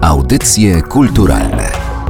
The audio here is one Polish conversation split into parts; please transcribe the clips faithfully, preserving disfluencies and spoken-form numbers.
Audycje kulturalne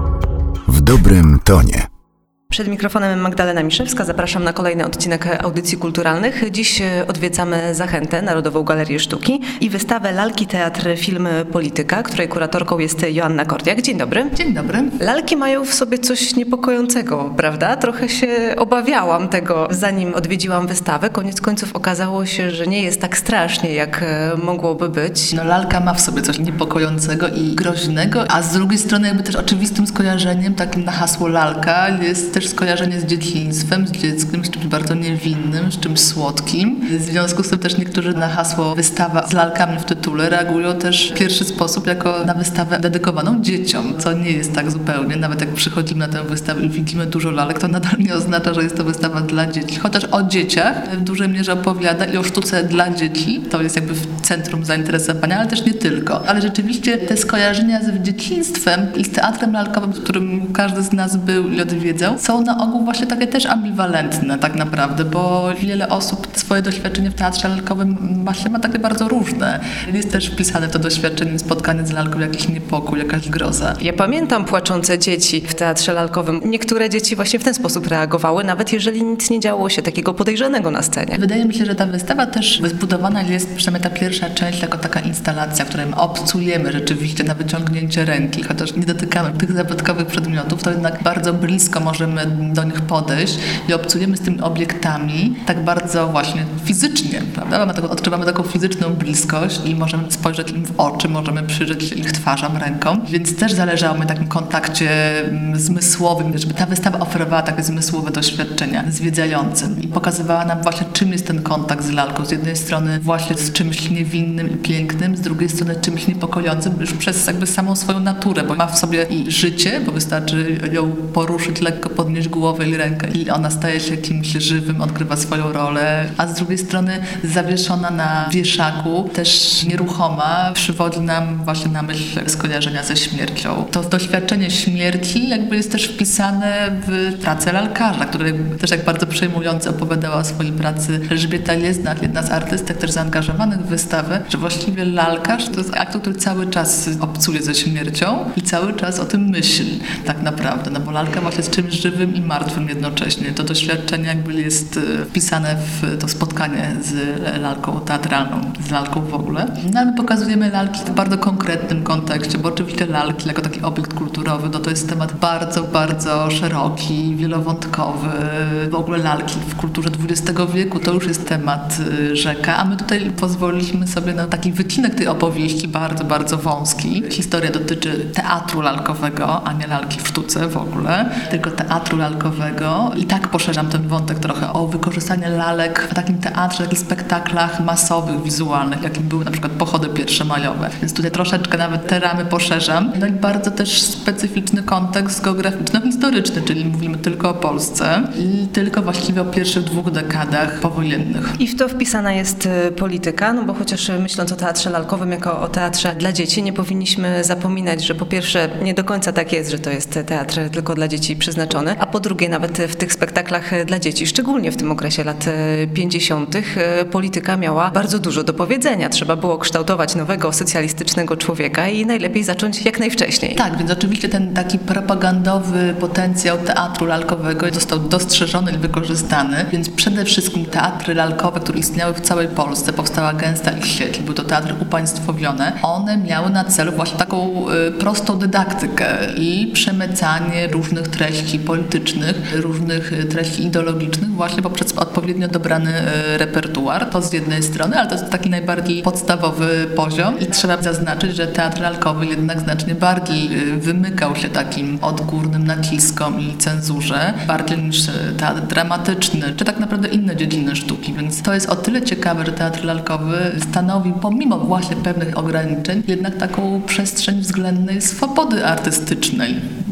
w dobrym tonie. Przed mikrofonem Magdalena Miszewska. Zapraszam na kolejny odcinek Audycji Kulturalnych. Dziś odwiedzamy Zachętę, Narodową Galerię Sztuki i wystawę Lalki, Teatr, Film, Polityka, której kuratorką jest Joanna Kordiak. Dzień dobry. Dzień dobry. Lalki mają w sobie coś niepokojącego, prawda? Trochę się obawiałam tego, zanim odwiedziłam wystawę. Koniec końców okazało się, że nie jest tak strasznie, jak mogłoby być. No, lalka ma w sobie coś niepokojącego i groźnego, a z drugiej strony jakby też oczywistym skojarzeniem, takim na hasło lalka, jest też skojarzenie z dzieciństwem, z dzieckiem, z czymś bardzo niewinnym, z czymś słodkim. W związku z tym też niektórzy na hasło wystawa z lalkami w tytule reagują też w pierwszy sposób jako na wystawę dedykowaną dzieciom, co nie jest tak zupełnie. Nawet jak przychodzimy na tę wystawę i widzimy dużo lalek, to nadal nie oznacza, że jest to wystawa dla dzieci. Chociaż o dzieciach w dużej mierze opowiada i o sztuce dla dzieci. To jest jakby w centrum zainteresowania, ale też nie tylko. Ale rzeczywiście te skojarzenia z dzieciństwem i z teatrem lalkowym, w którym każdy z nas był i odwiedzał, są na ogół właśnie takie też ambiwalentne tak naprawdę, bo wiele osób swoje doświadczenie w teatrze lalkowym właśnie ma takie bardzo różne. Jest też wpisane to doświadczenie, spotkanie z lalką, jakiś niepokój, jakaś groza. Ja pamiętam płaczące dzieci w teatrze lalkowym. Niektóre dzieci właśnie w ten sposób reagowały, nawet jeżeli nic nie działo się takiego podejrzanego na scenie. Wydaje mi się, że ta wystawa też zbudowana jest, przynajmniej ta pierwsza część, jako taka instalacja, w której obcujemy rzeczywiście na wyciągnięcie ręki, chociaż nie dotykamy tych zabytkowych przedmiotów, to jednak bardzo blisko możemy do nich podejść i obcujemy z tymi obiektami tak bardzo właśnie fizycznie, prawda? Mamy taką, odczuwamy taką fizyczną bliskość i możemy spojrzeć im w oczy, możemy przyjrzeć ich twarzom, ręką, więc też zależało mi na takim kontakcie zmysłowym, żeby ta wystawa oferowała takie zmysłowe doświadczenia zwiedzającym i pokazywała nam właśnie, czym jest ten kontakt z lalką. Z jednej strony właśnie z czymś niewinnym i pięknym, z drugiej strony czymś niepokojącym już przez jakby samą swoją naturę, bo ma w sobie i życie, bo wystarczy ją poruszyć lekko, podnieść głowę i rękę i ona staje się kimś żywym, odgrywa swoją rolę, a z drugiej strony zawieszona na wieszaku, też nieruchoma, przywodzi nam właśnie na myśl skojarzenia ze śmiercią. To doświadczenie śmierci jakby jest też wpisane w pracę lalkarza, który też jak bardzo przejmująco opowiadała o swojej pracy Elżbieta Lieznach, jedna z artystek też zaangażowanych w wystawę, że właściwie lalkarz to jest aktor, który cały czas obcuje ze śmiercią i cały czas o tym myśli tak naprawdę, no bo lalka właśnie jest czymś żywym i martwym jednocześnie. To doświadczenie jakby jest wpisane w to spotkanie z lalką teatralną, z lalką w ogóle. No, my pokazujemy lalki w bardzo konkretnym kontekście, bo oczywiście lalki jako taki obiekt kulturowy, no to jest temat bardzo, bardzo szeroki, wielowątkowy. W ogóle lalki w kulturze dwudziestego wieku to już jest temat rzeka, a my tutaj pozwoliliśmy sobie na taki wycinek tej opowieści, bardzo, bardzo wąski. Historia dotyczy teatru lalkowego, a nie lalki w sztuce w ogóle, tylko teatru lalkowego i tak poszerzam ten wątek trochę o wykorzystanie lalek w takim teatrze, takich spektaklach masowych, wizualnych, jakim były na przykład pochody pierwszomajowe. Więc tutaj troszeczkę nawet te ramy poszerzam. No i bardzo też specyficzny kontekst geograficzno-historyczny, czyli mówimy tylko o Polsce i tylko właściwie o pierwszych dwóch dekadach powojennych. I w to wpisana jest polityka, no bo chociaż myśląc o teatrze lalkowym jako o teatrze dla dzieci, nie powinniśmy zapominać, że po pierwsze nie do końca tak jest, że to jest teatr tylko dla dzieci przeznaczony, a po drugie nawet w tych spektaklach dla dzieci, szczególnie w tym okresie lat pięćdziesiątych, polityka miała bardzo dużo do powiedzenia. Trzeba było kształtować nowego socjalistycznego człowieka i najlepiej zacząć jak najwcześniej. Tak, więc oczywiście ten taki propagandowy potencjał teatru lalkowego został dostrzeżony i wykorzystany, więc przede wszystkim teatry lalkowe, które istniały w całej Polsce, powstała gęsta ich sieć, były to teatry upaństwowione, one miały na celu właśnie taką y, prostą dydaktykę i przemycanie różnych treści politycznych, różnych treści ideologicznych właśnie poprzez odpowiednio dobrany repertuar. To z jednej strony, ale to jest taki najbardziej podstawowy poziom i trzeba zaznaczyć, że teatr lalkowy jednak znacznie bardziej wymykał się takim odgórnym naciskom i cenzurze, bardziej niż teatr dramatyczny, czy tak naprawdę inne dziedziny sztuki, więc to jest o tyle ciekawe, że teatr lalkowy stanowi pomimo właśnie pewnych ograniczeń jednak taką przestrzeń względnej swobody artystycznej.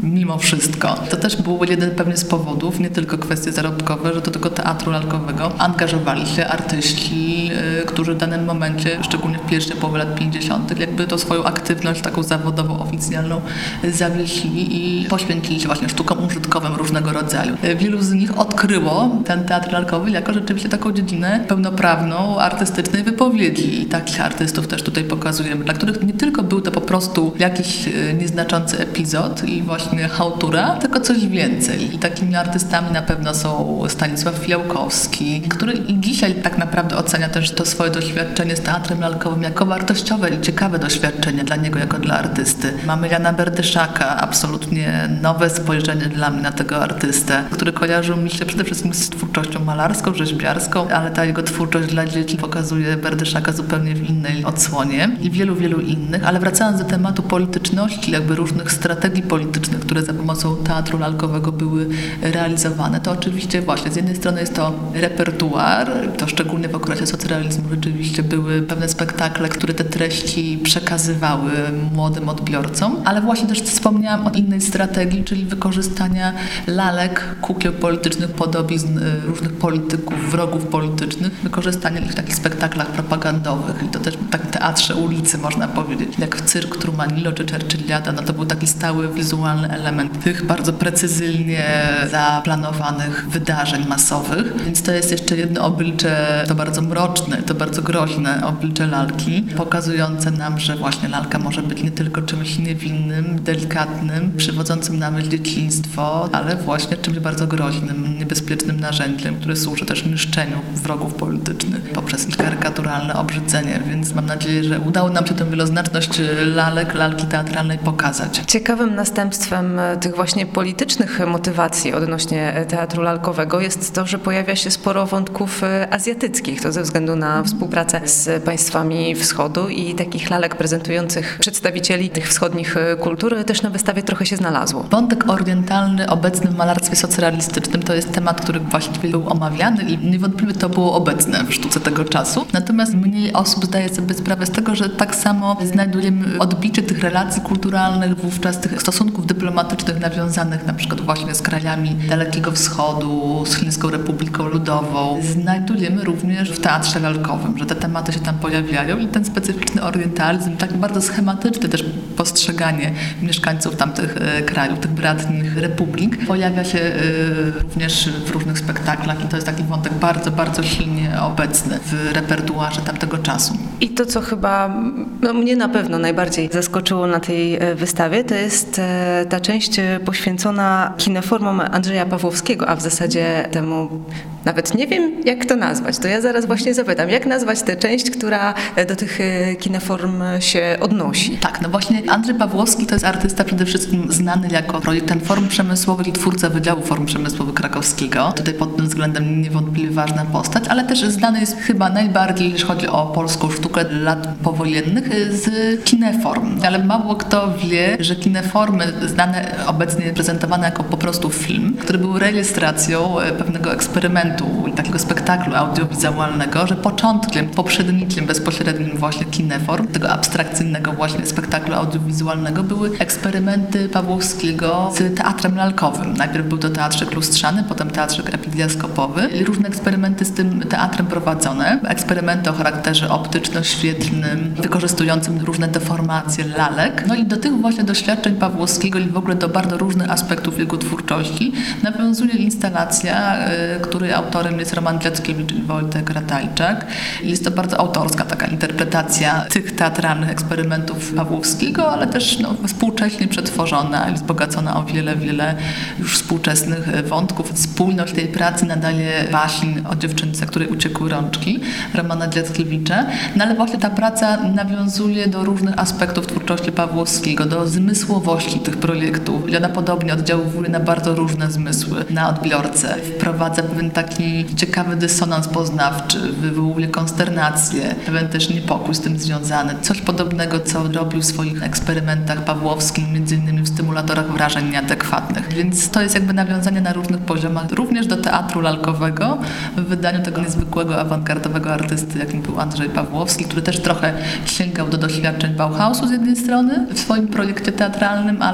mimo wszystko. To też był jeden pewnie z powodów, nie tylko kwestie zarobkowe, że do tego teatru lalkowego angażowali się artyści, którzy w danym momencie, szczególnie w pierwszej połowie lat pięćdziesiątych, jakby to swoją aktywność taką zawodową, oficjalną zawiesili i poświęcili się właśnie sztukom użytkowym różnego rodzaju. Wielu z nich odkryło ten teatr lalkowy jako rzeczywiście taką dziedzinę pełnoprawną artystycznej wypowiedzi. I takich artystów też tutaj pokazujemy, dla których nie tylko był to po prostu jakiś nieznaczący epizod i właśnie chałtura, tylko coś więcej. I takimi artystami na pewno są Stanisław Fiałkowski, który i dzisiaj tak naprawdę ocenia też to swoje doświadczenie z teatrem lalkowym jako wartościowe i ciekawe doświadczenie dla niego jako dla artysty. Mamy Jana Berdyszaka, absolutnie nowe spojrzenie dla mnie na tego artystę, który kojarzył mi się przede wszystkim z twórczością malarską, rzeźbiarską, ale ta jego twórczość dla dzieci pokazuje Berdyszaka zupełnie w innej odsłonie i wielu, wielu innych. Ale wracając do tematu polityczności, jakby różnych strategii politycznych, które za pomocą teatru lalkowego były realizowane, to oczywiście właśnie z jednej strony jest to repertuar, to szczególnie w okresie socrealizmu rzeczywiście były pewne spektakle, które te treści przekazywały młodym odbiorcom, ale właśnie też wspomniałam o innej strategii, czyli wykorzystania lalek, kukieł politycznych, podobizn różnych polityków, wrogów politycznych, wykorzystania ich w takich spektaklach propagandowych i to też w takim teatrze ulicy, można powiedzieć, jak w cyrk Trumanillo czy Churchilliada, no to był taki stały wizualny element tych bardzo precyzyjnie zaplanowanych wydarzeń masowych, więc to jest jeszcze jedno oblicze, to bardzo mroczne, to bardzo groźne oblicze lalki, pokazujące nam, że właśnie lalka może być nie tylko czymś niewinnym, delikatnym, przywodzącym na myśl dzieciństwo, ale właśnie czymś bardzo groźnym, niebezpiecznym narzędziem, które służy też niszczeniu wrogów politycznych poprzez ich karykaturalne obrzydzenie, więc mam nadzieję, że udało nam się tę wieloznaczność lalek, lalki teatralnej pokazać. Ciekawym następstwem tych właśnie politycznych motywacji odnośnie teatru lalkowego jest to, że pojawia się sporo wątków azjatyckich, to ze względu na współpracę z państwami wschodu i takich lalek prezentujących przedstawicieli tych wschodnich kultur też na wystawie trochę się znalazło. Wątek orientalny obecny w malarstwie socrealistycznym to jest temat, który właściwie był omawiany i niewątpliwie to było obecne w sztuce tego czasu. Natomiast mniej osób zdaje sobie sprawę z tego, że tak samo znajdujemy odbicie tych relacji kulturalnych, wówczas tych stosunków dyplomatycznych nawiązanych na przykład właśnie z krajami Dalekiego Wschodu, z Chińską Republiką Ludową. Znajdujemy również w teatrze lalkowym, że te tematy się tam pojawiają i ten specyficzny orientalizm, tak bardzo schematyczny też postrzeganie mieszkańców tamtych e, krajów, tych bratnich republik, pojawia się e, również w różnych spektaklach i to jest taki wątek bardzo, bardzo silnie obecny w repertuarze tamtego czasu. I to, co chyba no, mnie na pewno najbardziej zaskoczyło na tej wystawie, to jest e, ta część poświęcona kineformom Andrzeja Pawłowskiego, a w zasadzie temu nawet nie wiem, jak to nazwać. To ja zaraz właśnie zapytam, jak nazwać tę część, która do tych kineform się odnosi. Tak, no właśnie Andrzej Pawłowski to jest artysta przede wszystkim znany jako projektant form przemysłowych i twórca Wydziału Form Przemysłowych Krakowskiego. Tutaj pod tym względem niewątpliwie ważna postać, ale też znany jest chyba najbardziej, jeśli chodzi o polską sztukę lat powojennych, z kineform. Ale mało kto wie, że kineformy znane obecnie prezentowane jako po prostu film, który był rejestracją pewnego eksperymentu i takiego spektaklu audiowizualnego, że początkiem, poprzednikiem, bezpośrednim właśnie kineform, tego abstrakcyjnego właśnie spektaklu audiowizualnego były eksperymenty Pawłowskiego z teatrem lalkowym. Najpierw był to teatrzyk lustrzany, potem teatrzyk epidiaskopowy i różne eksperymenty z tym teatrem prowadzone. Eksperymenty o charakterze optyczno-świetlnym, wykorzystującym różne deformacje lalek. No i do tych właśnie doświadczeń Pawłowskiego i w ogóle do bardzo różnych aspektów jego twórczości nawiązuje instalacja, y, której autorem jest Roman Dziadzkiewicz i Wojtek Ratajczak. Jest to bardzo autorska taka interpretacja tych teatralnych eksperymentów Pawłowskiego, ale też no, współcześnie przetworzona i wzbogacona o wiele, wiele już współczesnych wątków. Spójność tej pracy nadaje baśń o dziewczynce, której uciekły rączki Romana Dziadzkiewicza. No ale właśnie ta praca nawiązuje do różnych aspektów twórczości Pawłowskiego, do zmysłowości tych projektów. I ona podobnie oddziałuje na bardzo różne zmysły, na odbiorcę. Wprowadza pewien taki ciekawy dysonans poznawczy, wywołuje konsternację, pewien też niepokój z tym związany. Coś podobnego, co robił w swoich eksperymentach Pawłowskim, między innymi w stymulatorach wrażeń nieadekwatnych. Więc to jest jakby nawiązanie na różnych poziomach, również do teatru lalkowego w wydaniu tego niezwykłego, awangardowego artysty, jakim był Andrzej Pawłowski, który też trochę sięgał do doświadczeń Bauhausu z jednej strony w swoim projekcie teatralnym, ale też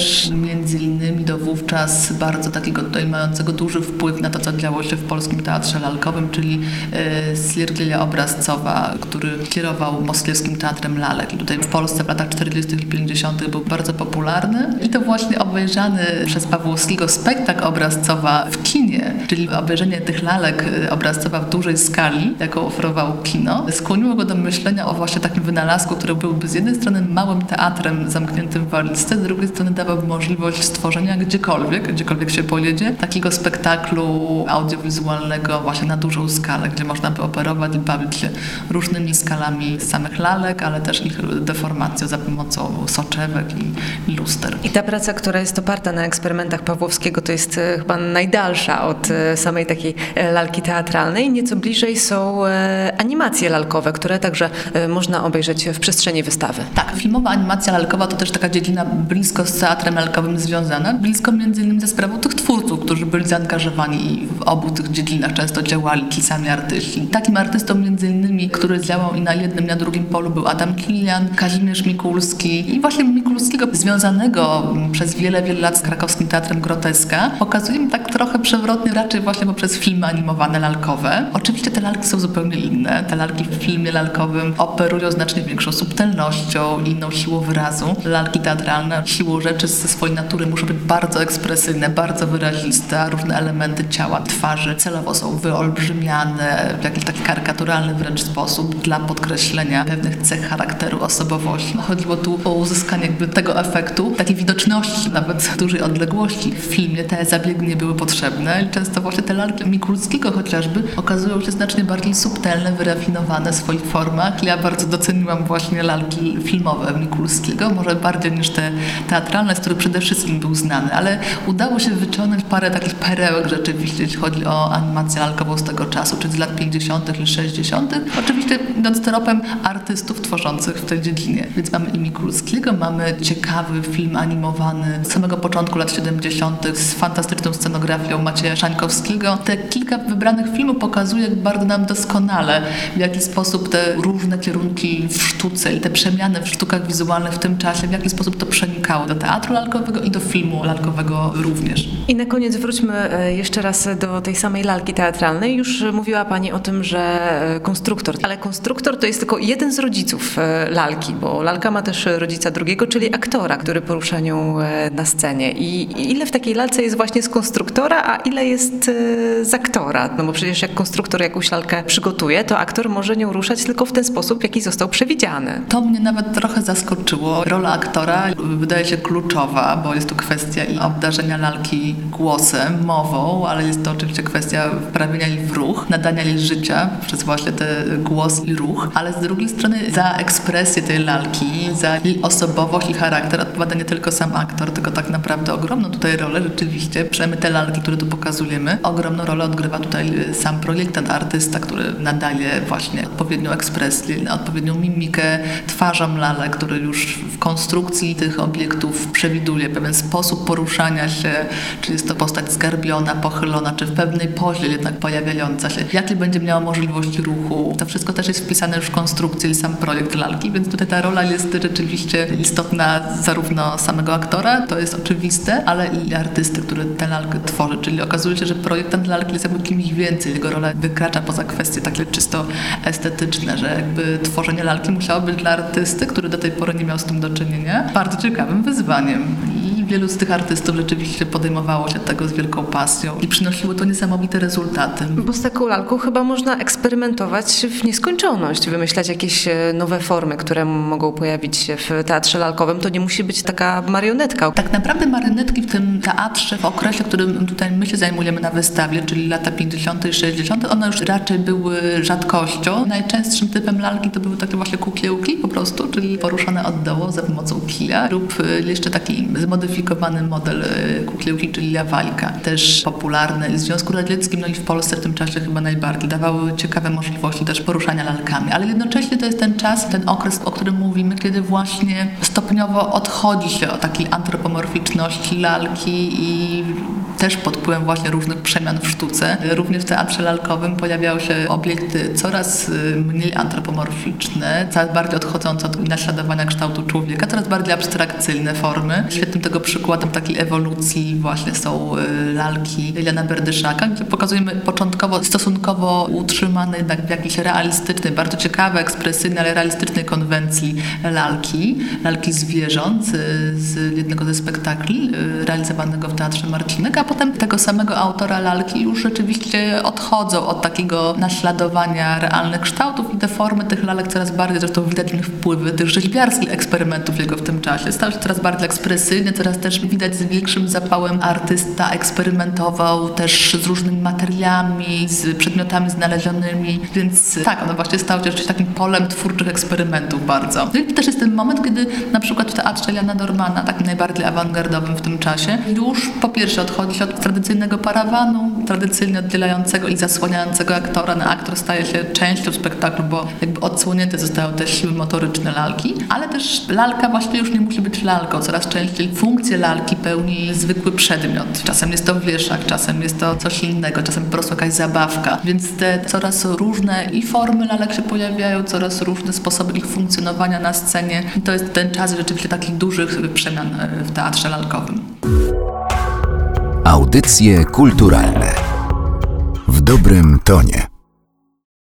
też między innymi do wówczas bardzo takiego tutaj mającego duży wpływ na to, co działo się w polskim teatrze lalkowym, czyli Cyrk Lilia Obrazcowa, który kierował Moskiewskim Teatrem Lalek. I tutaj w Polsce w latach czterdziestych i pięćdziesiątych był bardzo popularny. I to właśnie obejrzany przez Pawłowskiego spektakl Obrazcowa w kinie, czyli obejrzenie tych lalek Obrazcowa w dużej skali, jaką oferowało kino, skłoniło go do myślenia o właśnie takim wynalazku, który byłby z jednej strony małym teatrem zamkniętym w walizce, z drugiej strony dawał możliwość stworzenia gdziekolwiek, gdziekolwiek się pojedzie, takiego spektaklu audiowizualnego właśnie na dużą skalę, gdzie można by operować i bawić się różnymi skalami samych lalek, ale też ich deformacją za pomocą soczewek i, i luster. I ta praca, która jest oparta na eksperymentach Pawłowskiego, to jest chyba najdalsza od samej takiej lalki teatralnej. Nieco bliżej są animacje lalkowe, które także można obejrzeć w przestrzeni wystawy. Tak, filmowa animacja lalkowa to też taka dziedzina blisko z teatrem lalkowym związana, blisko między innymi ze sprawą tych twórców, którzy byli zaangażowani w obu tych dziedzinach, często działali ci sami artyści. Takim artystą między innymi, który działał i na jednym, i na drugim polu był Adam Kilian, Kazimierz Mikulski i właśnie Mikulskiego związanego przez wiele, wiele lat z krakowskim teatrem Groteska pokazujemy tak trochę przewrotnie, raczej właśnie poprzez filmy animowane lalkowe. Oczywiście te lalki są zupełnie inne. Te lalki w filmie lalkowym operują znacznie większą subtelnością, inną siłą wyrazu. Lalki teatralne siłą rzeczy ze swojej natury muszą być bardzo ekspresyjne, bardzo wyraziste. Różne elementy ciała, twarzy celowo są wyolbrzymiane w jakiś taki karykaturalny wręcz sposób dla podkreślenia pewnych cech charakteru, osobowości. Chodziło tu o uzyskanie jakby tego efektu, takiej widoczności, nawet w dużej odległości. W filmie te zabiegi nie były potrzebne i często właśnie te lalki Mikulskiego chociażby okazują się znacznie bardziej subtelne, wyrafinowane w swoich formach. Ja bardzo doceniłam właśnie lalki filmowe Mikulskiego, może bardziej niż te teatralne, z których przede wszystkim był znany, ale udało się wyciągnąć parę takich perełek rzeczywiście, jeśli chodzi o animację lalkową z tego czasu, czy z lat pięćdziesiątych i sześćdziesiątych. Oczywiście idąc tropem artystów tworzących w tej dziedzinie. Więc mamy i Mikulskiego, mamy ciekawy film animowany z samego początku lat siedemdziesiątych z fantastyczną scenografią Macieja Szańkowskiego. Te kilka wybranych filmów pokazuje jak bardzo nam doskonale, w jaki sposób te różne kierunki w sztuce i te przemiany w sztukach wizualnych w tym czasie, w jaki sposób to przenikało do teatru lalkowego i do filmu lalkowego również. I na koniec wróćmy jeszcze raz do tej samej lalki teatralnej. Już mówiła Pani o tym, że konstruktor, ale konstruktor to jest tylko jeden z rodziców lalki, bo lalka ma też rodzica drugiego, czyli aktora, który porusza nią na scenie. I ile w takiej lalce jest właśnie z konstruktora, a ile jest z aktora? No bo przecież jak konstruktor jakąś lalkę przygotuje, to aktor może nią ruszać tylko w ten sposób, w jaki został przewidziany. To mnie nawet trochę zaskoczyło. Rola aktora wydaje się kluczowa, bo jest to kwestia i obdarzenia lalki głosem, mową, ale jest to oczywiście kwestia wprawienia jej w ruch, nadania jej życia przez właśnie ten głos i ruch, ale z drugiej strony za ekspresję tej lalki, za jej osobowość i charakter odpowiada nie tylko sam aktor, tylko tak naprawdę ogromną tutaj rolę rzeczywiście, przynajmniej te lalki, które tu pokazujemy, ogromną rolę odgrywa tutaj sam projektant, artysta, który nadaje właśnie odpowiednią ekspresję, odpowiednią mimikę twarzom lalek, który już w konstrukcji tych obiektów przewiduje pewien sposób poruszania się, czy jest to postać zgarbiona, pochylona, czy w pewnej pozie jednak pojawiająca się, jakie będzie miała możliwość ruchu. To wszystko też jest wpisane już w konstrukcję i sam projekt lalki, więc tutaj ta rola jest rzeczywiście istotna zarówno samego aktora, to jest oczywiste, ale i artysty, który tę lalkę tworzy, czyli okazuje się, że projektant lalki jest jakby kimś więcej, jego rola wykracza poza kwestie takie czysto estetyczne, że jakby tworzenie lalki musiało być dla artysty, który do tej pory nie miał z tym do czynienia, bardzo ciekawym wyzwaniem. I wielu z tych artystów rzeczywiście podejmowało się tego z wielką pasją i przynosiło to niesamowite rezultaty. Bo z taką lalką chyba można eksperymentować w nieskończoność, wymyślać jakieś nowe formy, które mogą pojawić się w teatrze lalkowym. To nie musi być taka marionetka. Tak naprawdę marionetki w tym teatrze, w okresie, którym tutaj my się zajmujemy na wystawie, czyli lata pięćdziesiąte i sześćdziesiąte, one już raczej były rzadkością. Najczęstszym typem lalki to były takie właśnie kukiełki po prostu, czyli poruszane od dołu za pomocą kija lub jeszcze taki zmodyfikowany model kukiełki, czyli lawajka. Też popularne w Związku Radzieckim, no i w Polsce w tym czasie chyba najbardziej. Dawały ciekawe możliwości też poruszania lalkami, ale jednocześnie to jest ten czas, ten okres, o którym mówimy, kiedy właśnie stopniowo odchodzi się od takiej antropomorficzności lalki i też pod wpływem właśnie różnych przemian w sztuce. Również w teatrze lalkowym pojawiały się obiekty coraz mniej antropomorficzne, coraz bardziej odchodzące od naśladowania kształtu człowieka, coraz bardziej abstrakcyjne formy. Świetnym tego przykładem takiej ewolucji właśnie są lalki Jana Berdyszaka, gdzie pokazujemy początkowo stosunkowo utrzymane jednak w jakiejś realistycznej, bardzo ciekawej, ekspresyjnej, ale realistycznej konwencji lalki, lalki zwierząt z jednego ze spektakli realizowanego w Teatrze Marcinek, a potem tego samego autora lalki już rzeczywiście odchodzą od takiego naśladowania realnych kształtów i te formy tych lalek coraz bardziej, zresztą widać w nich wpływy tych rzeźbiarskich eksperymentów jego w tym czasie. Stały się coraz bardziej ekspresyjne, coraz też widać z większym zapałem artysta eksperymentował też z różnymi materiałami, z przedmiotami znalezionymi, więc tak, ono właśnie stało się takim polem twórczych eksperymentów bardzo. I też jest ten moment, kiedy na przykład w Teatrze Jana Normana, takim najbardziej awangardowym w tym czasie, już po pierwsze odchodzi się od tradycyjnego parawanu, tradycyjnie oddzielającego i zasłaniającego aktora. No, aktor staje się częścią spektaklu, bo jakby odsłonięte zostają te siły motoryczne lalki, ale też lalka właściwie już nie musi być lalką. Coraz częściej funkcję lalki pełni zwykły przedmiot. Czasem jest to wieszak, czasem jest to coś innego, czasem po prostu jakaś zabawka. Więc te coraz różne i formy lalek się pojawiają, coraz różne sposoby ich funkcjonowania na scenie. I to jest ten czas rzeczywiście takich dużych przemian w teatrze lalkowym. Audycje kulturalne w dobrym tonie.